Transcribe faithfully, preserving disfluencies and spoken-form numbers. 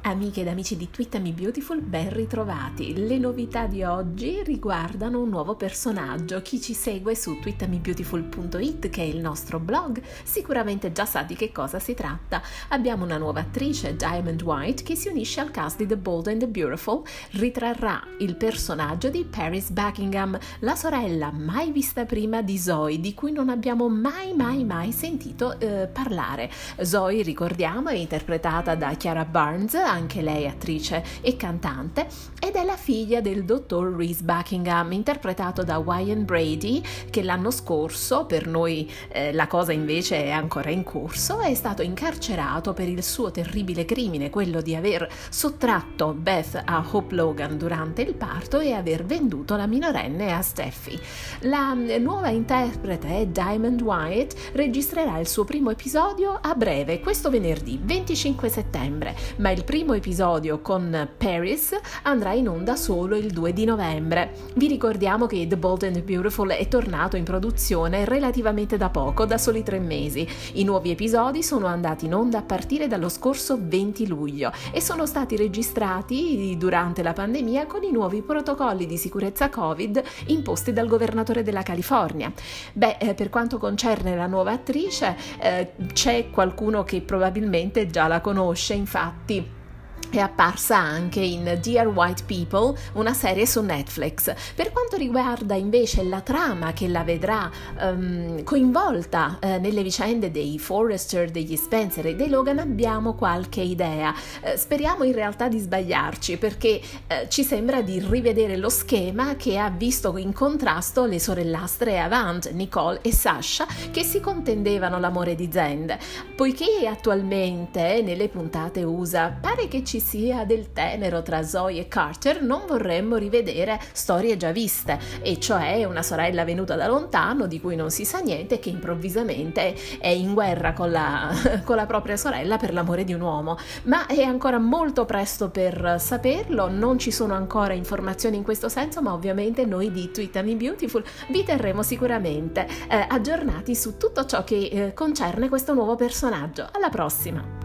Amiche ed amici di Twittami Beautiful, ben ritrovati. Le novità di oggi riguardano un nuovo personaggio. Chi ci segue su twittami beautiful punto it, che è il nostro blog, sicuramente già sa di che cosa si tratta. Abbiamo una nuova attrice, Diamond White, che si unisce al cast di The Bold and the Beautiful. Ritrarrà il personaggio di Paris Buckingham, la sorella mai vista prima di Zoe, di cui non abbiamo mai mai mai sentito eh, parlare. Zoe, ricordiamo, è interpretata da Chiara Barnes, anche lei attrice e cantante, ed è la figlia del dottor Rhys Buckingham, interpretato da Wyan Brady, che l'anno scorso, per noi eh, la cosa invece è ancora in corso, è stato incarcerato per il suo terribile crimine, quello di aver sottratto Beth a Hope Logan durante il parto e aver venduto la minorenne a Steffi. La nuova interprete, Diamond White, registrerà il suo primo episodio a breve, questo venerdì venticinque settembre, ma il primo episodio con Paris andrà in onda solo il due di novembre. Vi ricordiamo che The Bold and the Beautiful è tornato in produzione relativamente da poco, da soli tre mesi. I nuovi episodi sono andati in onda a partire dallo scorso venti luglio e sono stati registrati durante la pandemia con i nuovi protocolli di sicurezza Covid imposti dal governatore della California. Beh, eh, per quanto concerne la nuova attrice, eh, c'è qualcuno che probabilmente già la conosce, infatti è apparsa anche in Dear White People, una serie su Netflix. Per quanto riguarda invece la trama che la vedrà um, coinvolta uh, nelle vicende dei Forrester, degli Spencer e dei Logan, abbiamo qualche idea. Uh, speriamo in realtà di sbagliarci, perché uh, ci sembra di rivedere lo schema che ha visto in contrasto le sorellastre Avant, Nicole e Sasha, che si contendevano l'amore di Zend. Poiché attualmente nelle puntate U S A pare che ci sia del tenero tra Zoe e Carter, non vorremmo rivedere storie già viste, e cioè una sorella venuta da lontano di cui non si sa niente, che improvvisamente è in guerra con la, con la propria sorella per l'amore di un uomo. Ma è ancora molto presto per saperlo, non ci sono ancora informazioni in questo senso, ma ovviamente noi di Twittami Beautiful vi terremo sicuramente eh, aggiornati su tutto ciò che eh, concerne questo nuovo personaggio. Alla prossima!